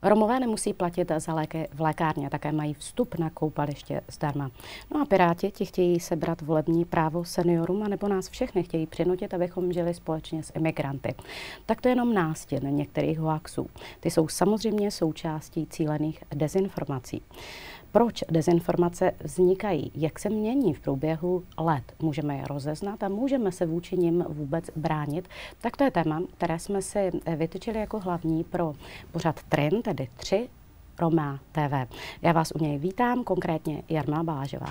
Romové nemusí platit za léky v lékárně, také mají vstup na koupaliště zdarma. No a Piráti ti chtějí sebrat volební právo seniorům, anebo nás všechny chtějí přinutit, abychom žili společně s imigranty. Tak to je jenom nástěn některých hoaxů. Ty jsou samozřejmě součástí cílených dezinformací. Proč dezinformace vznikají? Jak se mění v průběhu let? Můžeme je rozeznat a můžeme se vůči nim vůbec bránit? Tak to je téma, které jsme si vytyčili jako hlavní pro pořad Trin, tedy 3 Roma TV. Já vás u něj vítám, konkrétně Jarmila Balážová.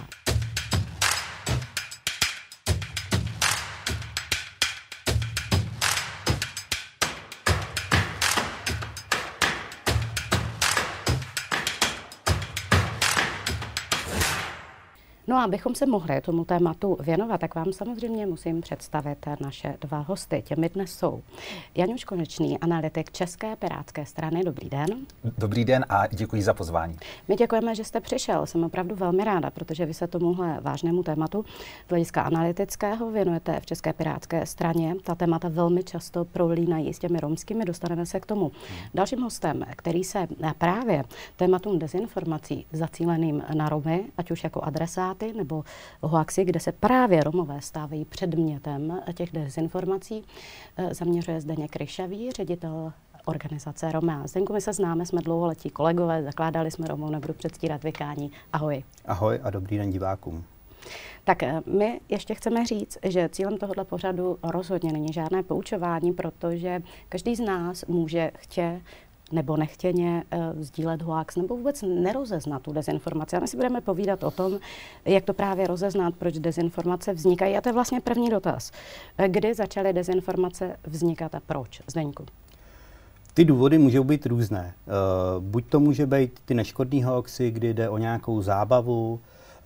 No a abychom se mohli tomu tématu věnovat, tak vám samozřejmě musím představit naše 2 hosty. Těmi dnes jsou Januš Konečný, analytik České pirátské strany. Dobrý den. Dobrý den a děkuji za pozvání. My děkujeme, že jste přišel. Jsem opravdu velmi ráda, protože vy se tomuhle vážnému tématu z hlediska analytického věnujete v České pirátské straně. Ta témata velmi často prolínají s těmi romskými, dostaneme se k tomu. Dalším hostem, který se právě tématům dezinformací zacíleným na Romy, ať už jako adresát nebo hoaxy, kde se právě Romové stávají předmětem těch dezinformací, zaměřuje Zdeněk Ryšavý, ředitel organizace Roma. Zdeňku, my se známe, jsme dlouholetí kolegové, zakládali jsme Romou, nebudu předstírat vykání. Ahoj. Ahoj a dobrý den divákům. Tak my ještě chceme říct, že cílem tohoto pořadu rozhodně není žádné poučování, protože každý z nás může nebo nechtěně sdílet hoax, nebo vůbec nerozeznat tu dezinformaci. A my si budeme povídat o tom, jak to právě rozeznat, proč dezinformace vznikají. A to je vlastně první dotaz. Kdy začaly dezinformace vznikat a proč, Zdeňku? Ty důvody můžou být různé. Buď to může být ty neškodný hoaxy, kdy jde o nějakou zábavu,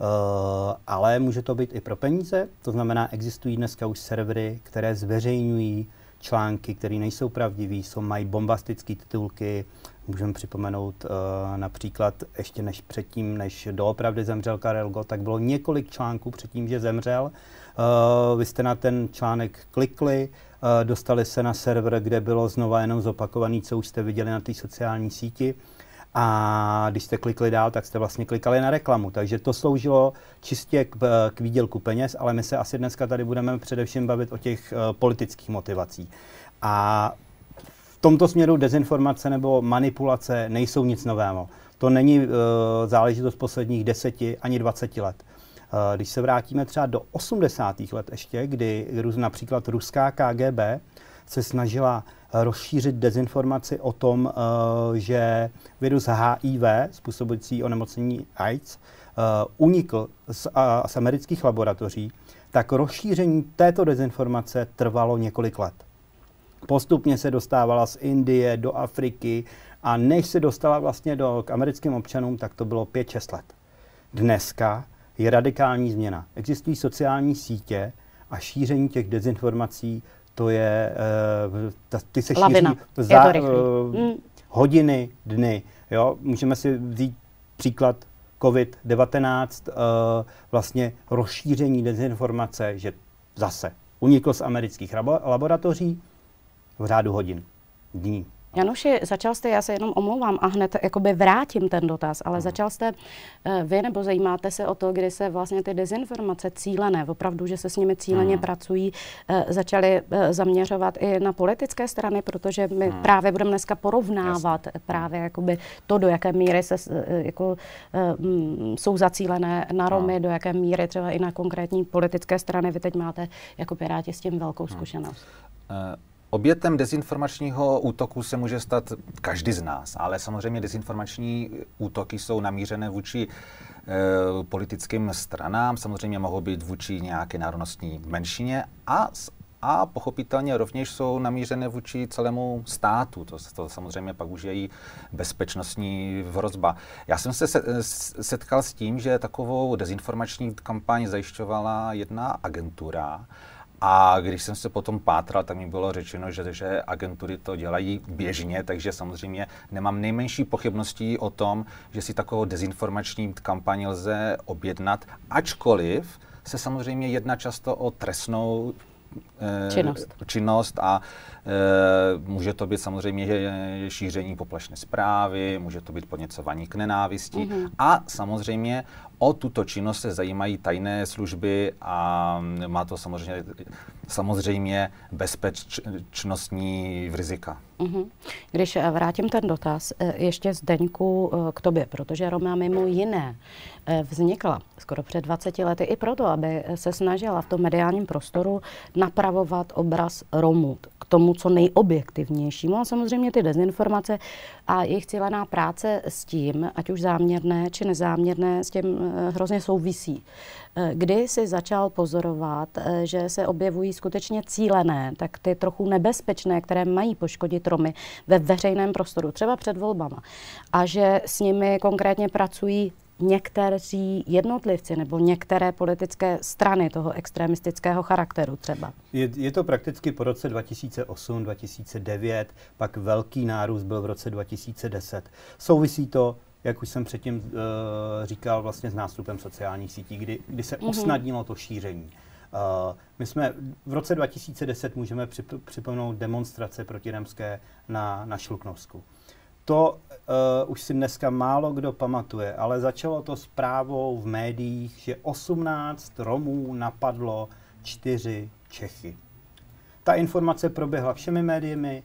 ale může to být i pro peníze. To znamená, existují dneska už servery, které zveřejňují články, které nejsou pravdivý, mají bombastické titulky. Můžeme připomenout například ještě než doopravdy zemřel Karel Gott, tak bylo několik článků předtím, že zemřel. Vy jste na ten článek klikli, dostali se na server, kde bylo znova jenom zopakovaný, co už jste viděli na té sociální síti. A když jste klikli dál, tak jste vlastně klikali na reklamu. Takže to sloužilo čistě k výdělku peněz, ale my se asi dneska tady budeme především bavit o těch politických motivacích. A v tomto směru dezinformace nebo manipulace nejsou nic nového. To není záležitost posledních 10 ani 20 let. Když se vrátíme třeba do 80. let ještě, kdy například ruská KGB se snažila rozšířit dezinformaci o tom, že virus HIV, způsobující onemocnění AIDS, unikl z amerických laboratoří, tak rozšíření této dezinformace trvalo několik let. Postupně se dostávala z Indie do Afriky a než se dostala vlastně k americkým občanům, tak to bylo 5-6 let. Dneska je radikální změna. Existují sociální sítě a šíření těch dezinformací, to je, ty se šíří za hodiny, dny. Jo? Můžeme si vzít příklad COVID-19, vlastně rozšíření dezinformace, že zase unikl z amerických laboratoří v řádu hodin, dní. Januši, začal jste, já se jenom omlouvám a hned jakoby vrátím ten dotaz, ale začal jste vy, nebo zajímáte se o to, kdy se vlastně ty dezinformace cílené, opravdu, že se s nimi cíleně pracují, začaly zaměřovat i na politické strany, protože my právě budeme dneska porovnávat právě jakoby to, do jaké míry se, jsou zacílené na Romy, do jaké míry třeba i na konkrétní politické strany. Vy teď máte jako Piráti s tím velkou zkušenost. Obětem dezinformačního útoku se může stát každý z nás, ale samozřejmě dezinformační útoky jsou namířené vůči politickým stranám, samozřejmě mohou být vůči nějaké národnostní menšině a pochopitelně rovněž jsou namířené vůči celému státu. To samozřejmě pak už je i bezpečnostní hrozba. Já jsem se setkal s tím, že takovou dezinformační kampaň zajišťovala jedna agentura. A když jsem se potom pátral, tak mi bylo řečeno, že agentury to dělají běžně, takže samozřejmě nemám nejmenší pochybností o tom, že si takovou dezinformační kampaň lze objednat, ačkoliv se samozřejmě jedná často o trestnou činnost a může to být samozřejmě šíření poplašné zprávy, může to být podněcování k nenávisti a samozřejmě o tuto činnost se zajímají tajné služby a má to samozřejmě bezpečnostní rizika. Když vrátím ten dotaz ještě Zdeňku k tobě, protože Roma mimo jiné vznikla skoro před 20 lety i proto, aby se snažila v tom mediálním prostoru napravovat obraz Romů k tomu, co nejobjektivnějšímu. A samozřejmě ty dezinformace a jejich cílená práce s tím, ať už záměrné či nezáměrné, s tím hrozně souvisí. Kdy jsi začal pozorovat, že se objevují skutečně cílené, tak ty trochu nebezpečné, které mají poškodit Romy ve veřejném prostoru, třeba před volbama, a že s nimi konkrétně pracují někteří jednotlivci nebo některé politické strany toho extremistického charakteru třeba? Je to prakticky po roce 2008, 2009, pak velký nárůst byl v roce 2010. Souvisí to, jak už jsem předtím říkal, vlastně s nástupem sociálních sítí, kdy se usnadnilo to šíření. My jsme v roce 2010 můžeme připomenout demonstrace protiromské na Šluknovsku. To už si dneska málo kdo pamatuje, ale začalo to zprávou v médiích, že 18 Romů napadlo 4 Čechy. Ta informace proběhla všemi médiemi.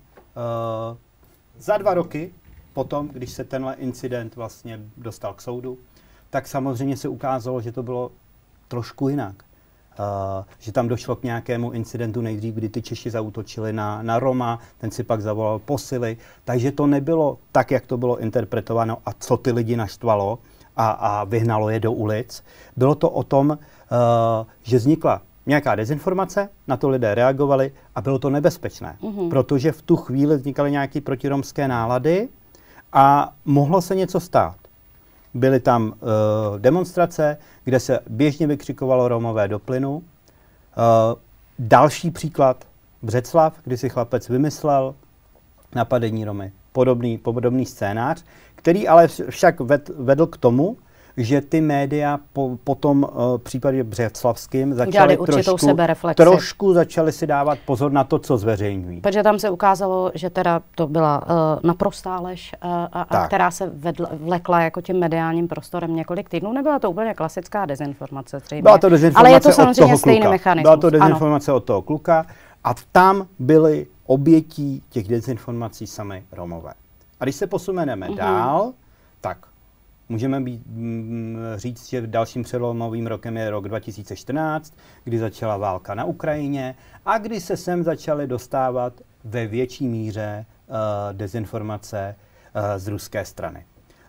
Za 2 roky potom, když se tenhle incident vlastně dostal k soudu, tak samozřejmě se ukázalo, že to bylo trošku jinak. Že tam došlo k nějakému incidentu nejdřív, kdy ty Češi zaútočili na Roma, ten si pak zavolal posily, takže to nebylo tak, jak to bylo interpretováno a co ty lidi naštvalo a vyhnalo je do ulic. Bylo to o tom, že vznikla nějaká dezinformace, na to lidé reagovali a bylo to nebezpečné, protože v tu chvíli vznikaly nějaké protiromské nálady a mohlo se něco stát. Byly tam demonstrace, kde se běžně vykřikovalo Romové do plynu. Další příklad, Břeclav, kdy si chlapec vymyslel napadení Romy. Podobný scénář, který ale však vedl k tomu, že ty média po tom případě břeclavským začaly trošku začaly si dávat pozor na to, co zveřejňují. Protože tam se ukázalo, že teda to byla naprostá lež, která se vlekla jako tím mediálním prostorem několik týdnů. Nebyla to úplně klasická dezinformace zřejmě. Byla to dezinformace, ale je to samozřejmě stejný mechanismus. Byla to dezinformace od toho kluka a tam byly obětí těch dezinformací sami Romové. A když se posuneme dál, tak můžeme říct, že dalším přelomovým rokem je rok 2014, kdy začala válka na Ukrajině a kdy se sem začaly dostávat ve větší míře dezinformace z ruské strany.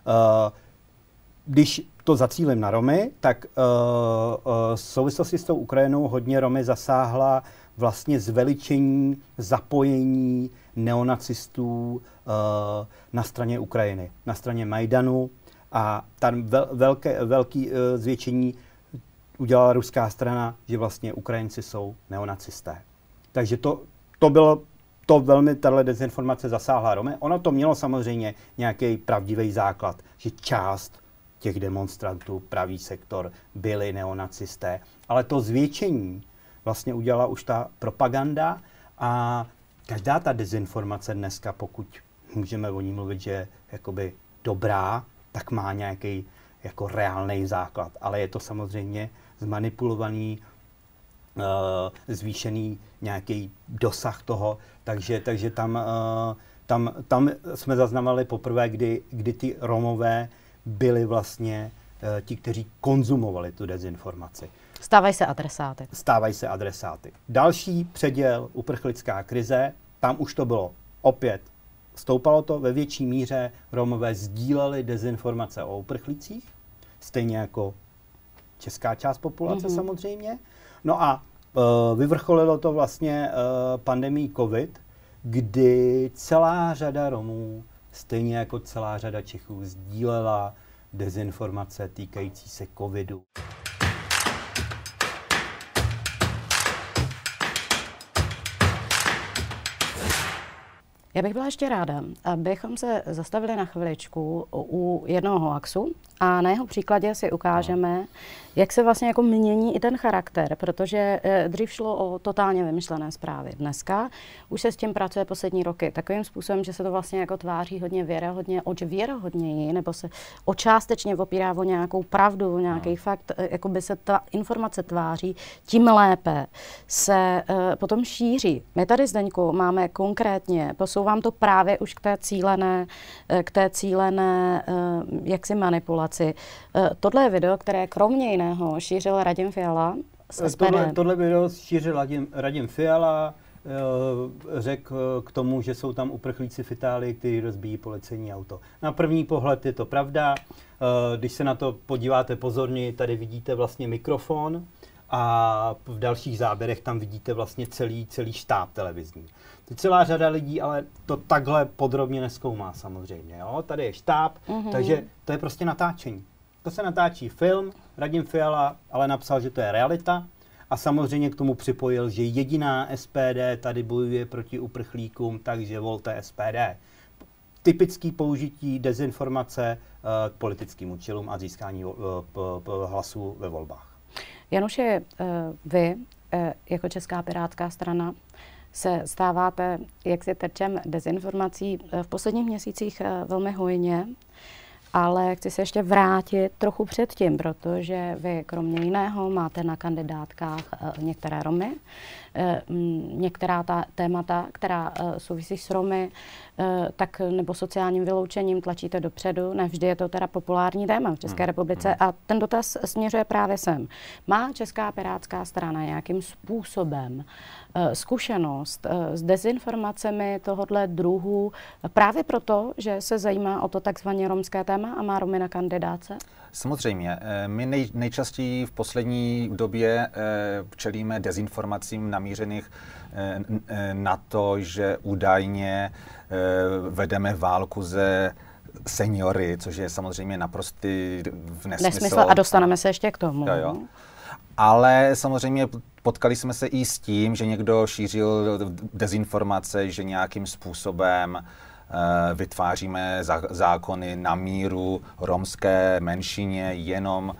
Když to zacílím na Romy, tak v souvislosti s tou Ukrajinou hodně Romy zasáhla vlastně zveličení, zapojení neonacistů na straně Ukrajiny, na straně Majdanu. A tam velké zvětšení udělala ruská strana, že vlastně Ukrajinci jsou neonacisté. Takže to velmi tahle dezinformace zasáhla Romy. Ono to mělo samozřejmě nějaký pravdivý základ, že část těch demonstrantů, pravý sektor, byli neonacisté. Ale to zvětšení vlastně udělala už ta propaganda a každá ta dezinformace dneska, pokud můžeme o ní mluvit, že je jakoby dobrá, tak má nějaký jako reálný základ. Ale je to samozřejmě zmanipulovaný, zvýšený nějaký dosah toho, takže tam jsme zaznamenali poprvé, kdy ty Romové byli vlastně ti, kteří konzumovali tu dezinformaci. Stávají se adresáty. Další předěl, uprchlická krize, tam už to bylo opět. Stoupalo to ve větší míře, Romové sdíleli dezinformace o uprchlících, stejně jako česká část populace samozřejmě. No a vyvrcholilo to vlastně pandemií COVID, kdy celá řada Romů, stejně jako celá řada Čechů, sdílela dezinformace týkající se covidu. Já bych byla ještě ráda, abychom se zastavili na chviličku u jednoho hoaxu a na jeho příkladě si ukážeme, jak se vlastně jako mění i ten charakter, protože dřív šlo o totálně vymyšlené zprávy. Dneska už se s tím pracuje poslední roky takovým způsobem, že se to vlastně jako tváří hodně věrohodněji, nebo se částečně opírá o nějakou pravdu, o nějaký fakt, jako by se ta informace tváří, tím lépe se potom šíří. My tady, Zdeňku, máme konkrétně, posouvám to právě už k té cílené jaksi manipulaci. Tohle je video, které kromě jiného šířil Radim Fiala z SPD. Tohle video šířil Radim Fiala, řekl k tomu, že jsou tam uprchlíci v Itálii, kteří rozbíjí policejní auto. Na první pohled je to pravda. Když se na to podíváte pozorně, tady vidíte vlastně mikrofon a v dalších záběrech tam vidíte vlastně celý štáb televizní. Teď celá řada lidí ale to takhle podrobně nezkoumá samozřejmě. Jo? Tady je štáb, takže to je prostě natáčení. To se natáčí film, Radim Fiala ale napsal, že to je realita a samozřejmě k tomu připojil, že jediná SPD tady bojuje proti uprchlíkům, takže volte SPD. Typický použití dezinformace k politickým účelům a získání hlasů ve volbách. Januši, vy jako Česká pirátská strana se stáváte jaksi terčem dezinformací v posledních měsících velmi hojně, ale chci se ještě vrátit trochu předtím, protože vy kromě jiného máte na kandidátkách některé Romy, některá ta témata, která souvisí s Romy, tak nebo sociálním vyloučením tlačíte dopředu. Nevždy je to teda populární téma v České republice a ten dotaz směřuje právě sem. Má Česká pirátská strana nějakým způsobem zkušenost s dezinformacemi tohoto druhu právě proto, že se zajímá o to takzvaně romské téma a má Romy na kandidáce? Samozřejmě. My nejčastěji v poslední době čelíme dezinformacím namířených na to, že údajně vedeme válku ze seniory, což je samozřejmě naprostý nesmysl. A dostaneme se ještě k tomu. Jo. Ale samozřejmě potkali jsme se i s tím, že někdo šířil dezinformace, že nějakým způsobem vytváříme zákony na míru romské menšině jenom,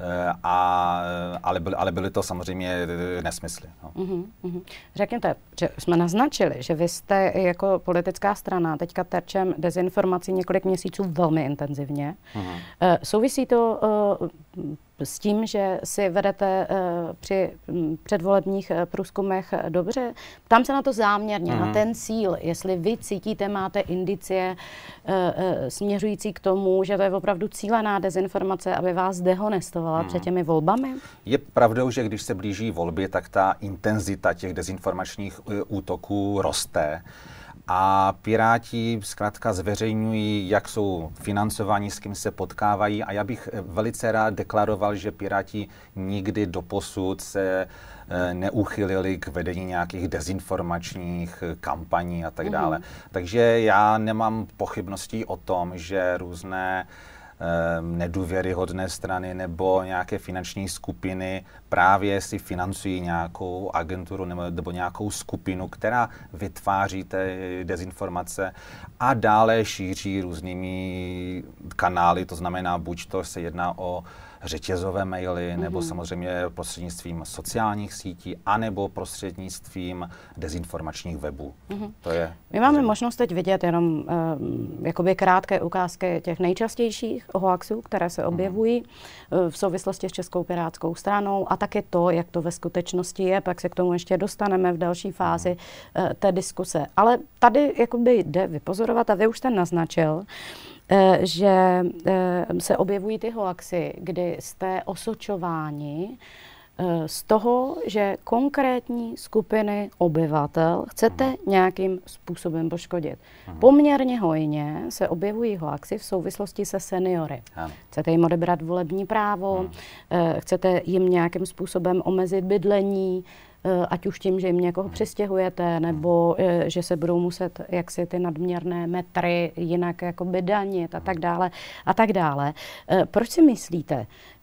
ale byly to samozřejmě nesmysly. No. Řekněte, že jsme naznačili, že vy jste jako politická strana teďka terčem dezinformací několik měsíců velmi intenzivně. Souvisí to s tím, že si vedete při předvolebních průzkumech dobře? Ptám se na to záměrně, na ten cíl, jestli vy cítíte, máte indicie směřující k tomu, že to je opravdu cílená dezinformace, aby vás dehonestovala před těmi volbami? Je pravdou, že když se blíží volby, tak ta intenzita těch dezinformačních útoků roste. A Piráti zkrátka zveřejňují, jak jsou financováni, s kým se potkávají a já bych velice rád deklaroval, že Piráti nikdy doposud se neuchylili k vedení nějakých dezinformačních kampaní a tak dále. Takže já nemám pochybností o tom, že různé nedůvěryhodné strany nebo nějaké finanční skupiny právě si financují nějakou agenturu nebo nějakou skupinu, která vytváří ty dezinformace a dále šíří různými kanály, to znamená buď to se jedná o řetězové maily, nebo samozřejmě prostřednictvím sociálních sítí, anebo prostřednictvím dezinformačních webů. My máme možnost teď vidět jenom jakoby krátké ukázky těch nejčastějších hoaxů, které se objevují v souvislosti s Českou pirátskou stranou a také to, jak to ve skutečnosti je, pak se k tomu ještě dostaneme v další fázi té diskuse. Ale tady jakoby jde vypozorovat, a vy už jste naznačil, že se objevují ty hoaxy, kdy jste osočováni z toho, že konkrétní skupiny obyvatel chcete nějakým způsobem poškodit. Poměrně hojně se objevují hoaxy v souvislosti se seniory. Chcete jim odebrat volební právo, chcete jim nějakým způsobem omezit bydlení, ať už tím, že jim někoho přistěhujete, nebo že se budou muset jaksi ty nadměrné metry jinak jakoby danit a tak dále a tak dále. Proč si myslíte,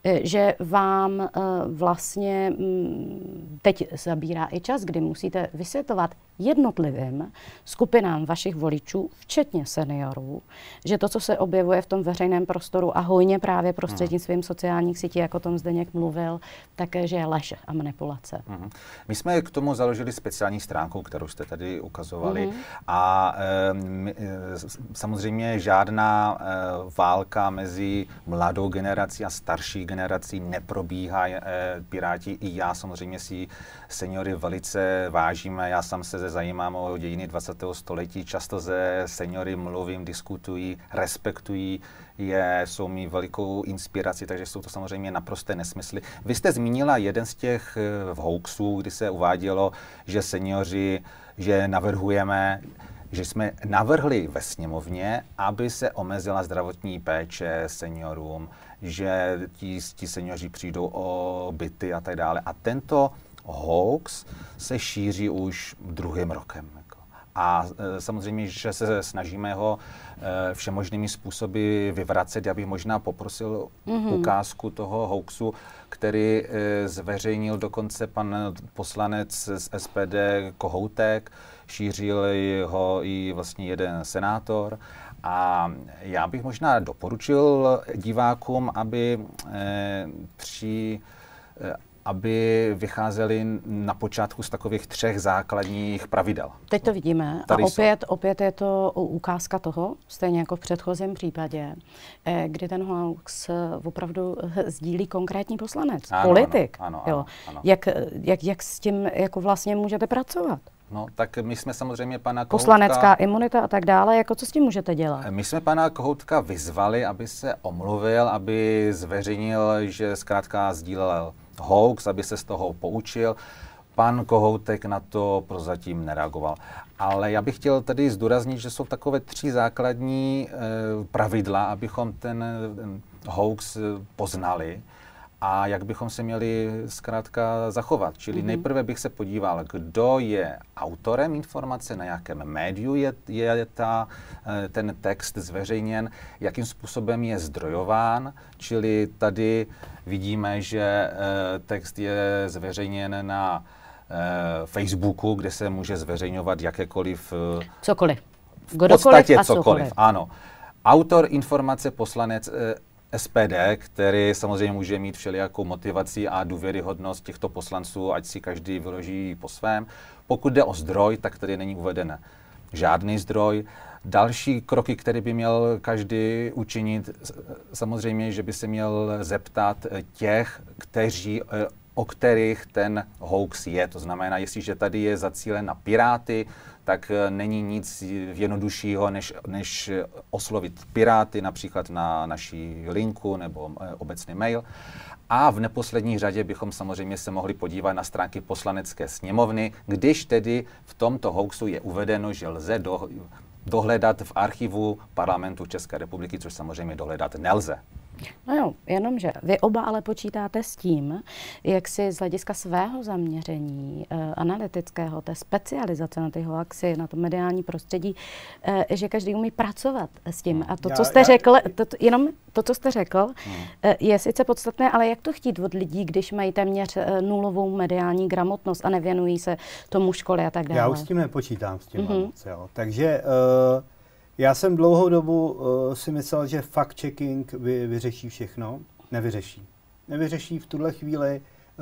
že vám vlastně teď zabírá i čas, kdy musíte vysvětlovat jednotlivým skupinám vašich voličů, včetně seniorů, že to, co se objevuje v tom veřejném prostoru a hojně právě prostřednictvím sociálních sítí, jako o tom Zdeněk mluvil, takže je lež a manipulace. My jsme k tomu založili speciální stránku, kterou jste tady ukazovali a samozřejmě žádná válka mezi mladou generací a starší generací neprobíhá. Piráti i já samozřejmě si seniory velice vážíme. Já sám se zajímám o dějiny 20. století. Často se seniory mluvím, diskutují, respektují je, jsou mi velikou inspirací, takže jsou to samozřejmě naprosté nesmysly. Vy jste zmínila jeden z těch hoaxů, kdy se uvádělo, že seniori, že navrhujeme, že jsme navrhli ve sněmovně, aby se omezila zdravotní péče seniorům, že ti seniori přijdou o byty a tak dále. A tento hoax se šíří už druhým rokem. A samozřejmě, že se snažíme ho všemožnými způsoby vyvracet. Já bych možná poprosil ukázku toho hoaxu, který zveřejnil dokonce pan poslanec z SPD Kohoutek, šířil ho i vlastně jeden senátor. A já bych možná doporučil divákům, aby vycházeli na počátku z takových 3 základních pravidel. Teď to vidíme. A opět je to ukázka toho, stejně jako v předchozím případě, kdy ten hoax opravdu sdílí konkrétní poslanec, politik. Ano. Jak s tím jako vlastně můžete pracovat? No, tak my jsme samozřejmě pana Kohoutka... Poslanecká imunita a tak dále, jako co s tím můžete dělat? My jsme pana Kohoutka vyzvali, aby se omluvil, aby zveřejnil, že zkrátka sdílel hoax, aby se z toho poučil. Pan Kohoutek na to prozatím nereagoval. Ale já bych chtěl tady zdůraznit, že jsou takové 3 základní pravidla, abychom ten hoax poznali a jak bychom se měli zkrátka zachovat. Čili nejprve bych se podíval, kdo je autorem informace, na jakém médiu je ten text zveřejněn, jakým způsobem je zdrojován. Čili tady vidíme, že text je zveřejněn na Facebooku, kde se může zveřejňovat jakékoliv... Cokoliv. V podstatě cokoliv, ano. Autor informace poslanec SPD, který samozřejmě může mít všelijakou motivaci a důvěryhodnost těchto poslanců, ať si každý vyloží po svém. Pokud jde o zdroj, tak tady není uveden žádný zdroj. Další kroky, které by měl každý učinit, samozřejmě, že by se měl zeptat těch, o kterých ten hoax je. To znamená, jestliže tady je zacílen na Piráty, tak není nic jednoduššího, než oslovit Piráty, například na naší linku nebo obecný mail. A v neposlední řadě bychom samozřejmě se mohli podívat na stránky Poslanecké sněmovny, když tedy v tomto hoaxu je uvedeno, že lze dohledat v archivu Parlamentu České republiky, což samozřejmě dohledat nelze. No jo, jenomže vy oba ale počítáte s tím, jak si z hlediska svého zaměření analytického, té specializace na ty hoaxy, na to mediální prostředí, že každý umí pracovat s tím. A to, co jste řekl, co jste řekl, je sice podstatné, ale jak to chtít od lidí, když mají téměř nulovou mediální gramotnost a nevěnují se tomu školy a tak dále? Já už s tím nepočítám, s tím moc, jo. Takže já jsem dlouhou dobu si myslel, že fact-checking vyřeší všechno. Nevyřeší. Nevyřeší v tuhle chvíli.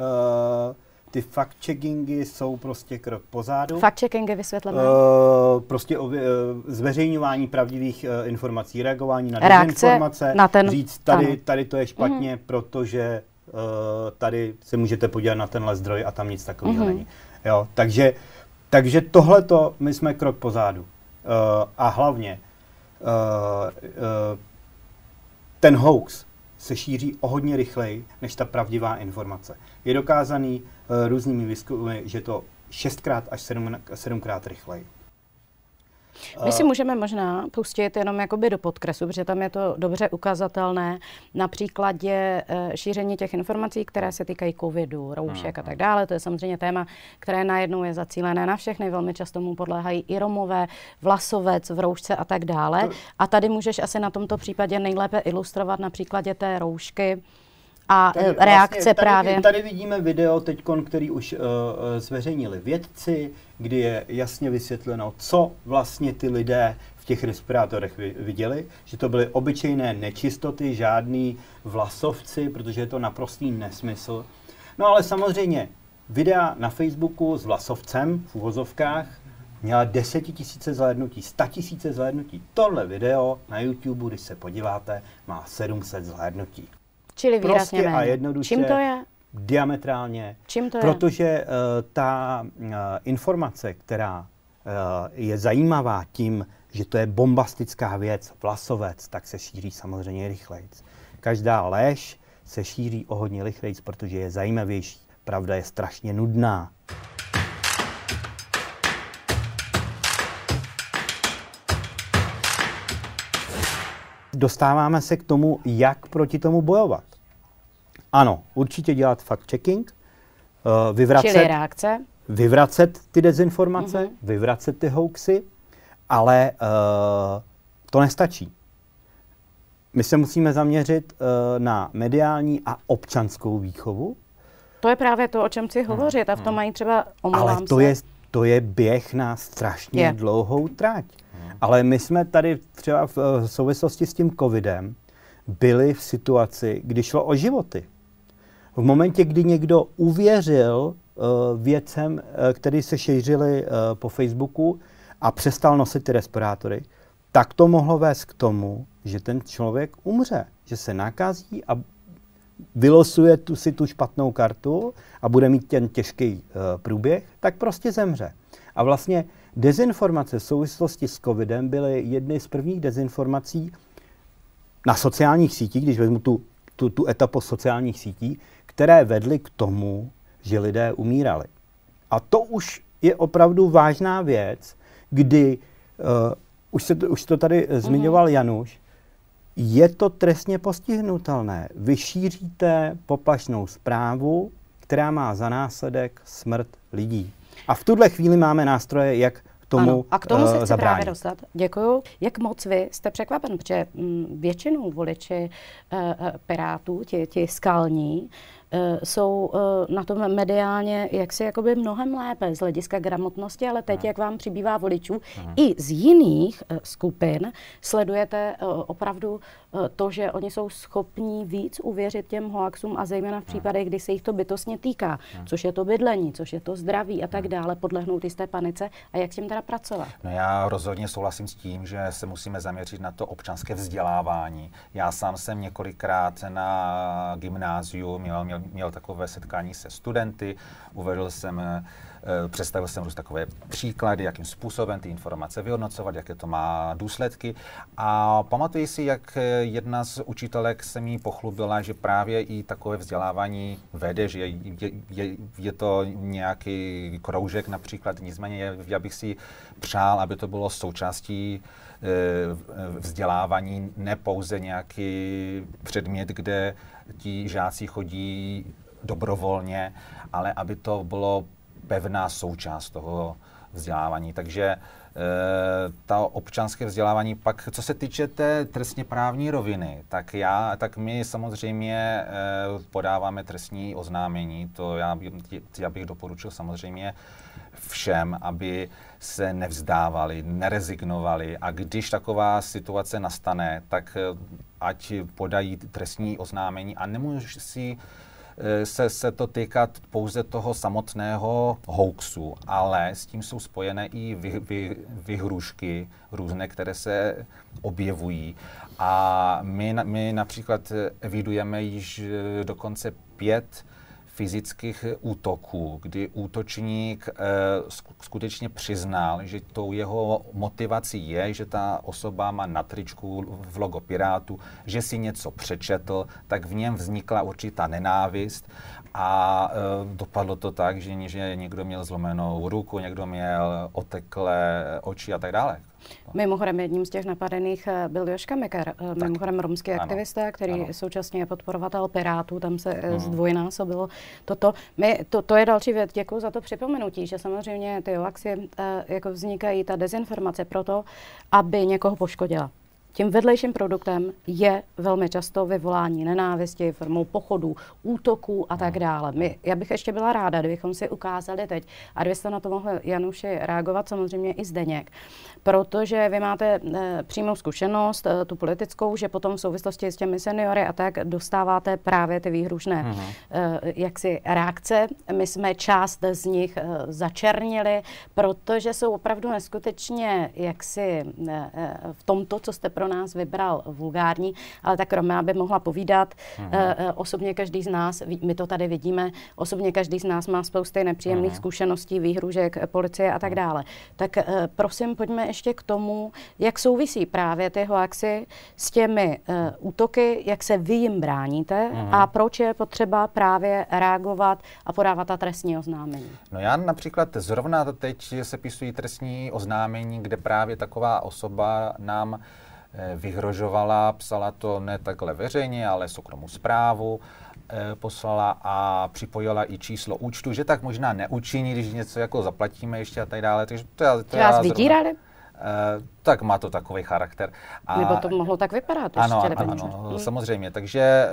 Ty fact-checkingy jsou prostě krok pozadu. Fact-checkingy vysvětleme? Prostě zveřejňování pravdivých informací, reagování na dezinformace, říct tady to je špatně, protože tady se můžete podívat na tenhle zdroj a tam nic takového není. Jo, takže tohleto my jsme krok pozadu. A hlavně ten hoax se šíří o hodně rychleji než ta pravdivá informace. Je dokázaný různými výzkumy, že to 6x až 7x rychleji. My si můžeme možná pustit jenom jakoby do podkresu, protože tam je to dobře ukazatelné na příkladě šíření těch informací, které se týkají covidu, roušek a tak dále. To je samozřejmě téma, které najednou je zacílené na všechny. Velmi často mu podléhají i Romové, vlasovec v roušce a tak dále. A tady můžeš asi na tomto případě nejlépe ilustrovat na příkladě té roušky a reakce vlastně, právě. Tady vidíme video teďkon, který už zveřejnili vědci, kdy je jasně vysvětleno, co vlastně ty lidé v těch respirátorech viděli, že to byly obyčejné nečistoty, žádný vlasovci, protože je to naprostý nesmysl. No ale samozřejmě videa na Facebooku s vlasovcem v uvozovkách měla 10 000 zhlédnutí, 100 000 zhlédnutí. Tohle video na YouTube, když se podíváte, má 700 zhlédnutí. Čili výrazně prostě a jednoduše. Čím to je? Diametrálně. Čím to je? Protože ta informace, která je zajímavá tím, že to je bombastická věc, vlasovec, tak se šíří samozřejmě rychlejc. Každá lež se šíří o hodně rychlejc, protože je zajímavější. Pravda je strašně nudná. Dostáváme se k tomu, jak proti tomu bojovat. Ano, určitě dělat fact-checking, vyvracet ty dezinformace, vyvracet ty hoaxy, ale to nestačí. My se musíme zaměřit na mediální a občanskou výchovu. To je právě to, o čem chci hovořit a v tom mají třeba, ale to je běh na strašně dlouhou trať. Ale my jsme tady třeba v souvislosti s tím covidem byli v situaci, kdy šlo o životy. V momentě, kdy někdo uvěřil věcem, které se šířily po Facebooku a přestal nosit ty respirátory, tak to mohlo vést k tomu, že ten člověk umře, že se nakazí a vylosuje si tu špatnou kartu a bude mít ten těžký průběh, tak prostě zemře. A vlastně dezinformace v souvislosti s covidem byly jedny z prvních dezinformací na sociálních sítích, když vezmu tu etapu sociálních sítí, které vedly k tomu, že lidé umírali. A to už je opravdu vážná věc, kdy, už to tady zmiňoval Januš, je to trestně postihnutelné. Vy šíříte poplašnou zprávu, která má za následek smrt lidí. A v tuhle chvíli máme nástroje, jak tomu a k tomu se chci právě dostat. Děkuju. Jak moc vy jste překvapen, protože většinou voliči Pirátů, ti skalní, jsou na tom mediálně jaksi jakoby mnohem lépe z hlediska gramotnosti, ale teď, jak vám přibývá voličů, i z jiných skupin sledujete opravdu to, že oni jsou schopní víc uvěřit těm hoaxům a zejména v případech, kdy se jich to bytostně týká, což je to bydlení, což je to zdraví a tak dále, podlehnout jisté panice. A jak s tím teda pracovat? No já rozhodně souhlasím s tím, že se musíme zaměřit na to občanské vzdělávání. Já sám jsem několikrát na gymnáziu měl takové setkání se studenty, představil jsem takové příklady, jakým způsobem ty informace vyhodnocovat, jaké to má důsledky. A pamatuji si, jak jedna z učitelek se mi pochlubila, že právě i takové vzdělávání vede, že je to nějaký kroužek například, nicméně já bych si přál, aby to bylo součástí vzdělávání, ne pouze nějaký předmět, kde ti žáci chodí dobrovolně, ale aby to bylo pevná součást toho vzdělávání. Takže ta občanské vzdělávání pak, co se týče té trestně právní roviny, tak my samozřejmě podáváme trestní oznámení. To já bych doporučil samozřejmě všem, aby se nevzdávali, nerezignovali a když taková situace nastane, tak ať podají trestní oznámení a nemůže si se to týkat pouze toho samotného hoaxu, ale s tím jsou spojené i vyhrůžky různé, které se objevují. A my například evidujeme již dokonce 5 fyzických útoků, kdy útočník skutečně přiznal, že tou jeho motivací je, že ta osoba má na tričku v logo Pirátů, že si něco přečetl, tak v něm vznikla určitá nenávist a dopadlo to tak, že někdo měl zlomenou ruku, někdo měl oteklé oči a tak dále. Mimochodem jedním z těch napadených byl Jožka Mekar, mimochodem romský aktivista, který současně je podporovatel Pirátů, tam se zdvojnásobilo toto. To je další věc, děkuji za to připomenutí, že samozřejmě ty hoaxy jako vznikají, ta dezinformace proto, aby někoho poškodila. tím vedlejším produktem je velmi často vyvolání nenávisti formou pochodů, útoků a tak dále. Já bych ještě byla ráda, kdybychom si ukázali teď, a kdybyste na to mohli, Januši, reagovat samozřejmě i Zdeněk, protože vy máte přímou zkušenost, tu politickou, že potom v souvislosti s těmi seniory a tak dostáváte právě ty výhružné jaksi reakce. My jsme část z nich začernili, protože jsou opravdu neskutečně jaksi v tomto, co jste pro nás vybral, vulgární, ale tak Romea by mohla povídat. Osobně každý z nás, my to tady vidíme, osobně každý z nás má spousty nepříjemných zkušeností, výhružek policie a tak dále. Tak prosím, pojďme ještě k tomu, jak souvisí právě ty hoaxy s těmi útoky, jak se vy jim bráníte a proč je potřeba právě reagovat a podávat ta trestní oznámení. No já například zrovna teď sepisuji trestní oznámení, kde právě taková osoba nám vyhrožovala, psala to ne takhle veřejně, ale soukromou zprávu, poslala a připojila i číslo účtu, že tak možná neučiní, když něco jako zaplatíme ještě a tak dále. Takže to vás vydírali? Tak má to takový charakter. Nebo to mohlo tak vypadat. Ano, samozřejmě. Takže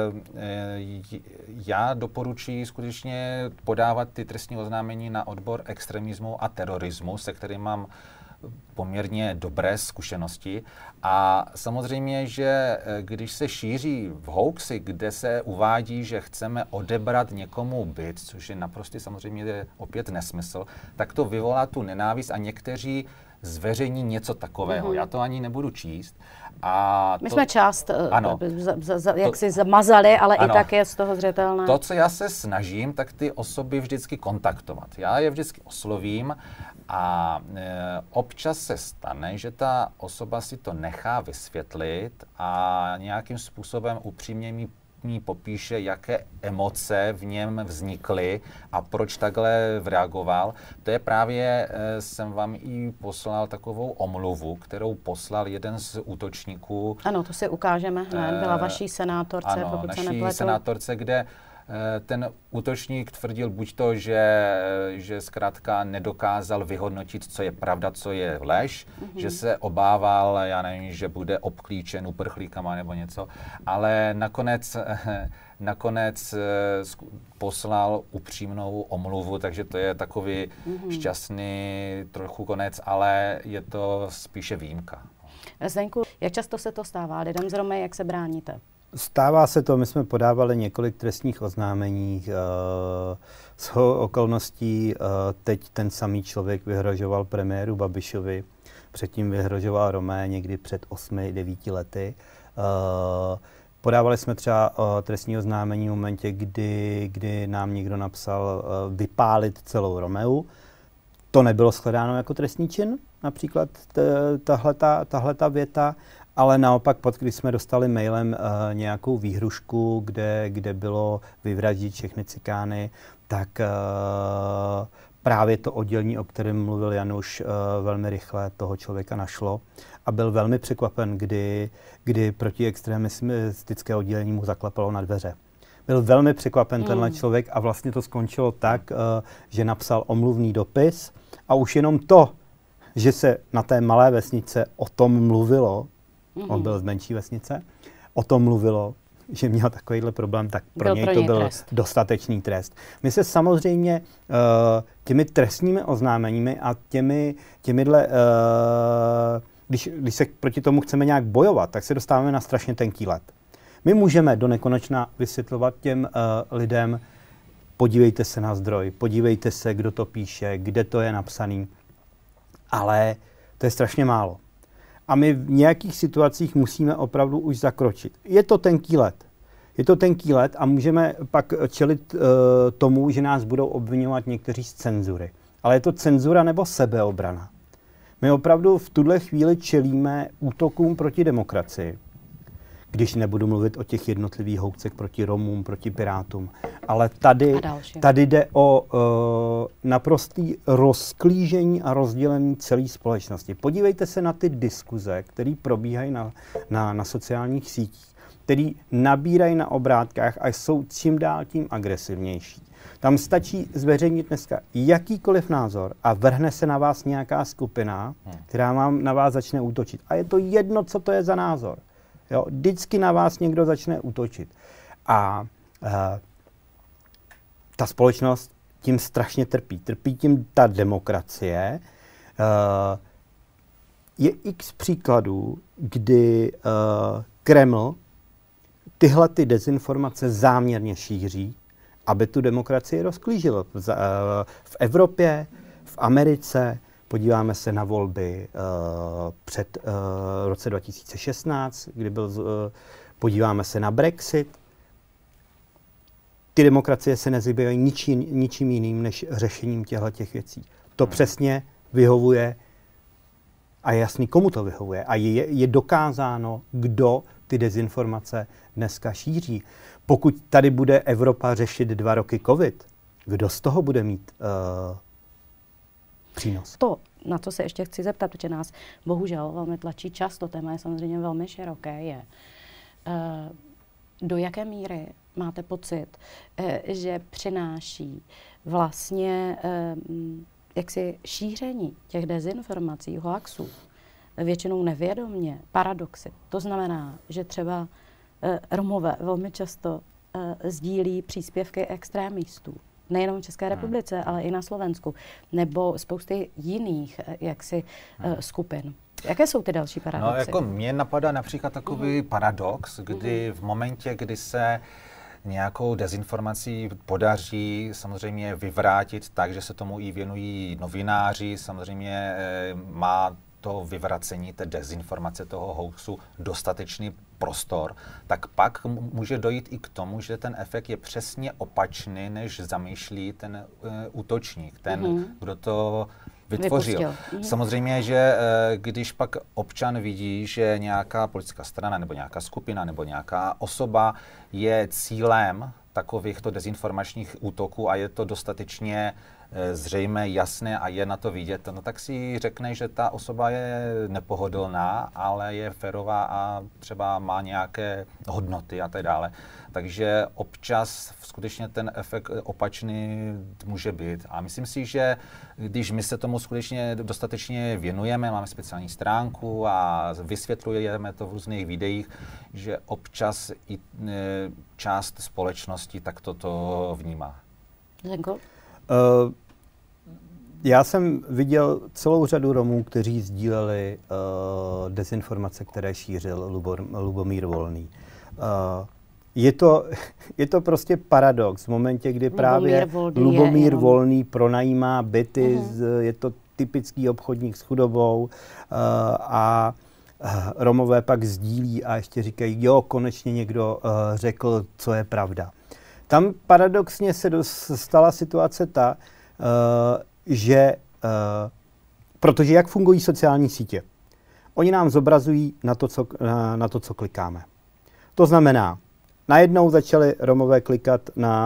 já doporučuji skutečně podávat ty trestní oznámení na odbor extremismu a terorismu, se kterým mám poměrně dobré zkušenosti. A samozřejmě, že když se šíří v hoaxy, kde se uvádí, že chceme odebrat někomu byt, což je naprosto samozřejmě opět nesmysl, tak to vyvolá tu nenávist a někteří zveřejní něco takového. Já to ani nebudu číst. A my jsme část jak si zamazali, ale i tak je z toho zřetelné. To, co já se snažím, tak ty osoby vždycky kontaktovat. Já je vždycky oslovím a občas se stane, že ta osoba si to nechá vysvětlit a nějakým způsobem upřímně mi popíše, jaké emoce v něm vznikly a proč takhle reagoval. To je právě, jsem vám i poslal takovou omluvu, kterou poslal jeden z útočníků. Ano, to si ukážeme hned. Byla vaší senátorce, ano, pokud se nepletu. naší senátorce, kde ten útočník tvrdil buď to, že zkrátka nedokázal vyhodnotit, co je pravda, co je lež, že se obával, já nevím, že bude obklíčen uprchlíkama nebo něco, ale nakonec poslal upřímnou omluvu, takže to je takový šťastný trochu konec, ale je to spíše výjimka. Zdeňku, jak často se to stává lidem z Romy, jak se bráníte? Stává se to, my jsme podávali několik trestních oznámení, z okolností teď ten samý člověk vyhrožoval premiéru Babišovi, předtím vyhrožoval Romé někdy před 8-9 lety. Podávali jsme třeba trestní oznámení v momentě, kdy nám někdo napsal vypálit celou Romeu. To nebylo shledáno jako trestný čin, například tahleta věta, ale naopak, když jsme dostali mailem nějakou výhrušku, kde bylo vyvraždit všechny cikány, tak právě to oddělení, o kterém mluvil Januš, velmi rychle toho člověka našlo a byl velmi překvapen, kdy protiextremistické oddělení mu zaklepalo na dveře. Byl velmi překvapen tenhle člověk a vlastně to skončilo tak, že napsal omluvný dopis a už jenom to, že se na té malé vesnice o tom mluvilo, on byl z menší vesnice, o tom mluvilo, že měl takovýhle problém, tak pro něj to byl dostatečný trest. My se samozřejmě těmi trestními oznámeními a těmihle, když se proti tomu chceme nějak bojovat, tak se dostáváme na strašně tenký led. My můžeme do nekonečna vysvětlovat těm lidem, podívejte se na zdroj, podívejte se, kdo to píše, kde to je napsaný, ale to je strašně málo. A my v nějakých situacích musíme opravdu už zakročit. Je to tenký led. Je to tenký led a můžeme pak čelit tomu, že nás budou obvinovat někteří z cenzury. Ale je to cenzura nebo sebeobrana. My opravdu v tuhle chvíli čelíme útokům proti demokracii. Když nebudu mluvit o těch jednotlivých hoaxech proti Romům, proti Pirátům. Ale tady jde o naprostý rozklížení a rozdělení celé společnosti. Podívejte se na ty diskuze, které probíhají na sociálních sítích, které nabírají na obrátkách a jsou čím dál tím agresivnější. Tam stačí zveřejnit dneska jakýkoliv názor a vrhne se na vás nějaká skupina, která vám na vás začne útočit. A je to jedno, co to je za názor. Jo? Vždycky na vás někdo začne útočit. A ta společnost tím strašně trpí. Trpí tím ta demokracie. Je x příkladů, kdy Kreml tyhle ty dezinformace záměrně šíří, aby tu demokracii rozklížil. V Evropě, v Americe, podíváme se na volby před roce 2016, podíváme se na Brexit. Ty demokracie se nezabývají ničím jiným než řešením těchto věcí. To přesně vyhovuje a je jasný, komu to vyhovuje. A je dokázáno, kdo ty dezinformace dneska šíří. Pokud tady bude Evropa řešit 2 roky covid, kdo z toho bude mít přínos? To, na co se ještě chci zeptat, protože nás bohužel velmi tlačí čas, to téma je samozřejmě velmi široké, je do jaké míry máte pocit, že přináší vlastně jaksi šíření těch dezinformací, hoaxů, většinou nevědomně, paradoxy. To znamená, že třeba Romové velmi často sdílí příspěvky extrémistů. Nejenom v České republice, ale i na Slovensku. Nebo spousty jiných skupin. Jaké jsou ty další paradoxy? No, jako mně napadá například takový paradox, kdy v momentě, kdy se nějakou dezinformací podaří samozřejmě vyvrátit tak, že se tomu i věnují novináři, samozřejmě má to vyvracení té dezinformace, toho hoaxu dostatečný prostor, tak pak může dojít i k tomu, že ten efekt je přesně opačný, než zamýšlí ten útočník, ten, kdo to vytvořil. Samozřejmě, že když pak občan vidí, že nějaká politická strana nebo nějaká skupina nebo nějaká osoba je cílem takovýchto dezinformačních útoků a je to dostatečně zřejmé, jasné a je na to vidět, no tak si řekne, že ta osoba je nepohodlná, ale je férová a třeba má nějaké hodnoty a tak dále. Takže občas skutečně ten efekt opačný může být. A myslím si, že když my se tomu skutečně dostatečně věnujeme, máme speciální stránku a vysvětlujeme to v různých videích, že občas i část společnosti tak toto vnímá. Zdenko? Já jsem viděl celou řadu Romů, kteří sdíleli dezinformace, které šířil Lubomír Volný. Je to prostě paradox v momentě, kdy právě Lubomír Volný pronajímá byty, je to typický obchodník s chudobou a Romové pak sdílí a ještě říkají, jo, konečně někdo řekl, co je pravda. Tam paradoxně se stala situace ta, že protože jak fungují sociální sítě? Oni nám zobrazují na to, co klikáme. To znamená, najednou začali Romové klikat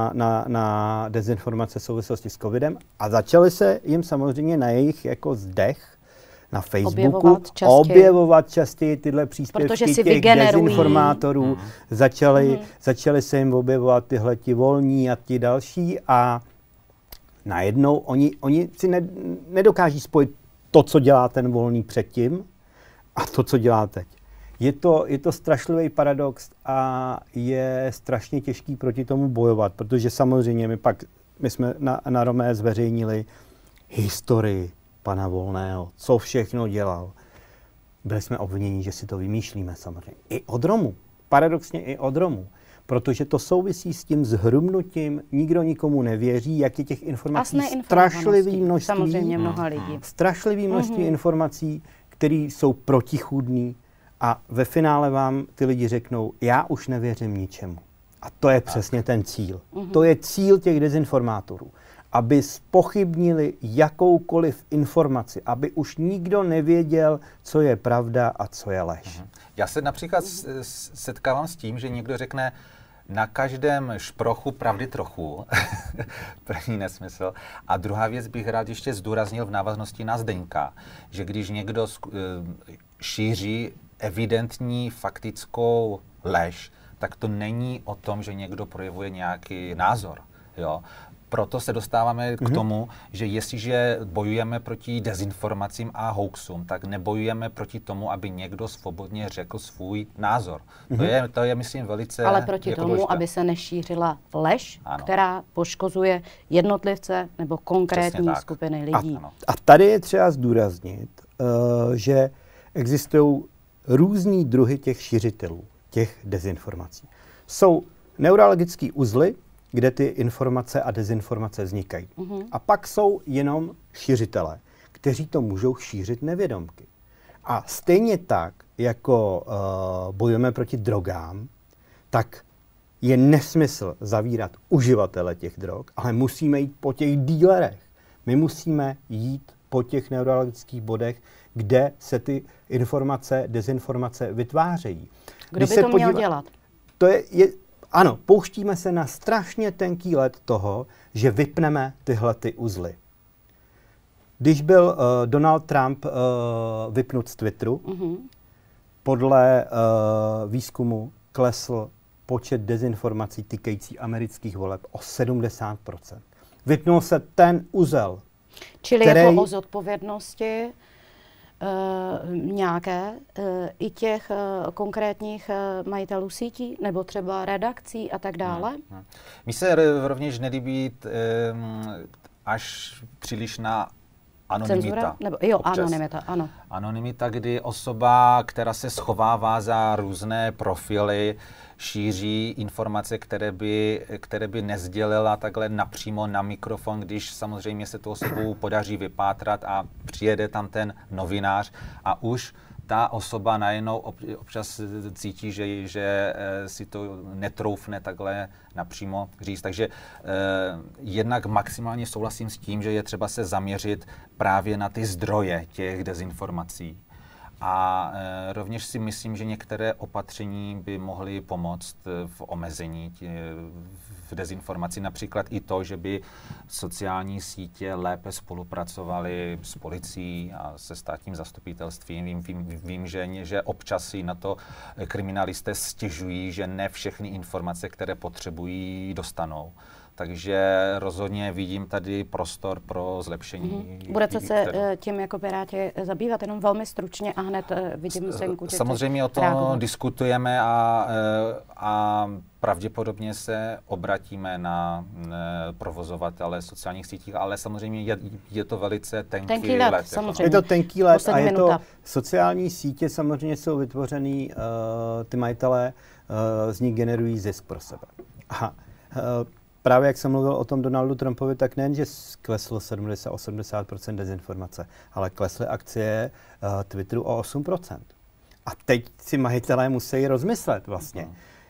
na dezinformace v souvislosti s covidem a začali se jim samozřejmě na jejich jako zdech na Facebooku objevovat častěji tyhle příspěvky těch dezinformátorů. Začaly se jim objevovat tyhle ti Volní a ti další a najednou oni si nedokáží spojit to, co dělá ten Volný předtím a to, co dělá teď. Je to strašlivý paradox a je strašně těžký proti tomu bojovat, protože samozřejmě my jsme na Romé zveřejnili historii pana Volného, co všechno dělal. Byli jsme obviněni, že si to vymýšlíme samozřejmě. I od Romů. Paradoxně i od Romů. Protože to souvisí s tím zhrubnutím, nikdo nikomu nevěří, jak je těch informací strašlivý množství. Samozřejmě mnoha lidí. Strašlivý množství informací, které jsou protichůdný a ve finále vám ty lidi řeknou, já už nevěřím ničemu. A to je přesně ten cíl. To je cíl těch dezinformátorů. Aby zpochybnili jakoukoliv informaci, aby už nikdo nevěděl, co je pravda a co je lež. Já se například setkávám s tím, že někdo řekne, na každém šprochu pravdy trochu. První nesmysl. A druhá věc bych rád ještě zdůraznil v návaznosti na Zdeňka, že když někdo šíří evidentní faktickou lež, tak to není o tom, že někdo projevuje nějaký názor. Jo? proto se dostáváme k tomu, že jestliže bojujeme proti dezinformacím a hoaxům, tak nebojujeme proti tomu, aby někdo svobodně řekl svůj názor. To je myslím, velice ale proti tomu, důležité. aby se nešířila lež, ano. která poškozuje jednotlivce nebo konkrétní skupiny lidí. A tady je třeba zdůraznit, že existují různý druhy těch šiřitelů, těch dezinformací. Jsou neurologické uzly, kde ty informace a dezinformace vznikají. A pak jsou jenom šiřitelé, kteří to můžou šířit nevědomky. A stejně tak, jako bojujeme proti drogám, tak je nesmysl zavírat uživatele těch drog, ale musíme jít po těch dílerech. My musíme jít po těch neurologických bodech, kde se ty informace, dezinformace vytvářejí. Kdo by to měl dělat? To ano, pouštíme se na strašně tenký led toho, že vypneme tyhle ty uzly. Když byl Donald Trump vypnut z Twitteru, podle výzkumu klesl počet dezinformací týkající amerických voleb o 70%. Vypnul se ten uzel. Čili je to o zodpovědnosti nějaké i těch konkrétních majitelů sítí, nebo třeba redakcí a tak dále? Mně se rovněž nelíbí až příliš na anonymita. Cenzura? Nebo, jo, anonymita, ano. Anonymita, kdy osoba, která se schovává za různé profily, šíří informace, které by nezdělila takhle napřímo na mikrofon, když samozřejmě se tu osobu podaří vypátrat a přijede tam ten novinář a už ta osoba najednou občas cítí, že si to netroufne takhle napřímo říct. Takže jednak maximálně souhlasím s tím, že je třeba se zaměřit právě na ty zdroje těch dezinformací. A rovněž si myslím, že některé opatření by mohly pomoct v omezení v dezinformaci. Například i to, že by sociální sítě lépe spolupracovaly s policií a se státním zastupitelstvím. Vím, že občas si na to kriminalisté stěžují, že ne všechny informace, které potřebují, dostanou. Takže rozhodně vidím tady prostor pro zlepšení. Budete se tím jako Piráti zabývat jenom velmi stručně a hned vidím Zdenku. Samozřejmě o tom diskutujeme a pravděpodobně se obratíme na provozovatele sociálních sítích, ale samozřejmě je to velice tenký let. Samozřejmě. Je to tenký let a je to sociální sítě samozřejmě jsou vytvořený, ty majitelé z nich generují zisk pro sebe. Právě jak jsem mluvil o tom Donaldu Trumpovi, tak nejen, že kleslo 70-80% dezinformace, ale klesly akcie Twitteru o 8%. A teď si majitelé musí rozmyslet vlastně,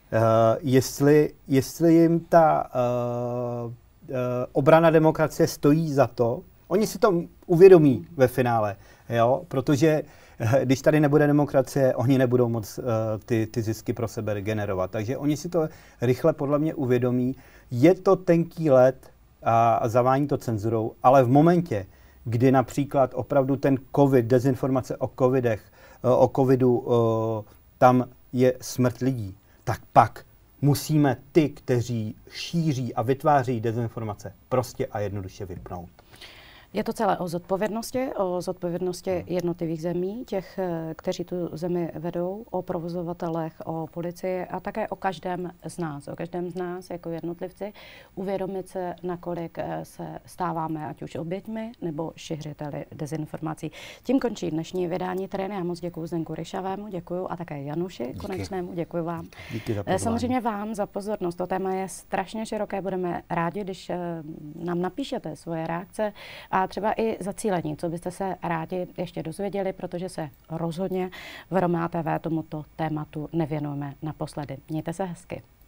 jestli jim ta obrana demokracie stojí za to. Oni si to uvědomí ve finále, jo? Protože když tady nebude demokracie, oni nebudou moc ty zisky pro sebe generovat. Takže oni si to rychle podle mě uvědomí. Je to tenký led a zavání to cenzurou, ale v momentě, kdy například opravdu ten covid, dezinformace o covidu, tam je smrt lidí, tak pak musíme ty, kteří šíří a vytváří dezinformace, prostě a jednoduše vypnout. Je to celé o zodpovědnosti jednotlivých zemí, těch, kteří tu zemi vedou, o provozovatelech, o policii a také o každém z nás jako jednotlivci, uvědomit se, nakolik se stáváme ať už oběťmi nebo šiřiteli dezinformací. Tím končí dnešní vydání Terény. Já moc děkuji Zdenku Ryšavému, děkuji a také Januši Konečnému, děkuji vám. Díky za pozvání. Samozřejmě vám za pozornost. To téma je strašně široké, budeme rádi, když nám napíšete svoje reakce a třeba i zacílení, co byste se rádi ještě dozvěděli, protože se rozhodně v Romea TV tomuto tématu nevěnujeme naposledy. Mějte se hezky.